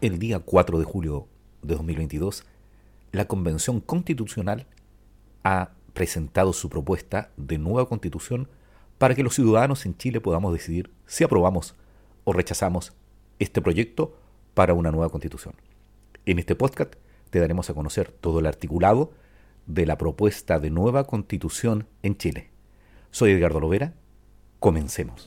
El día 4 de julio de 2022, la Convención Constitucional ha presentado su propuesta de nueva constitución para que los ciudadanos en Chile podamos decidir si aprobamos o rechazamos este proyecto para una nueva constitución. En este podcast te daremos a conocer todo el articulado de la propuesta de nueva constitución en Chile. Soy Edgardo Lovera, comencemos.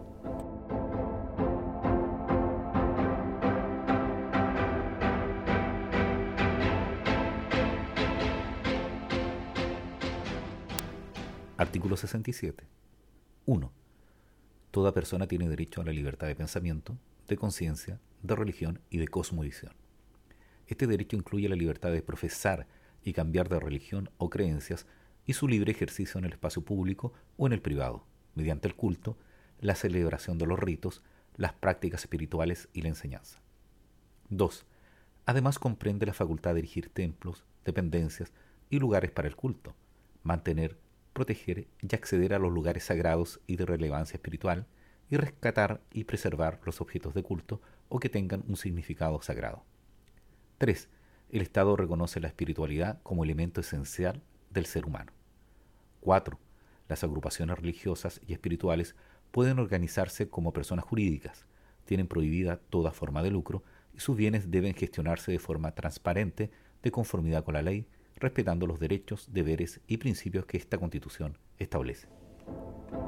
Artículo 67. 1. Toda persona tiene derecho a la libertad de pensamiento, de conciencia, de religión y de cosmovisión. Este derecho incluye la libertad de profesar y cambiar de religión o creencias y su libre ejercicio en el espacio público o en el privado, mediante el culto, la celebración de los ritos, las prácticas espirituales y la enseñanza. 2. Además comprende la facultad de erigir templos, dependencias y lugares para el culto, mantener, proteger y acceder a los lugares sagrados y de relevancia espiritual y rescatar y preservar los objetos de culto o que tengan un significado sagrado. 3. El Estado reconoce la espiritualidad como elemento esencial del ser humano. 4. Las agrupaciones religiosas y espirituales pueden organizarse como personas jurídicas, tienen prohibida toda forma de lucro y sus bienes deben gestionarse de forma transparente, de conformidad con la ley, respetando los derechos, deberes y principios que esta Constitución establece.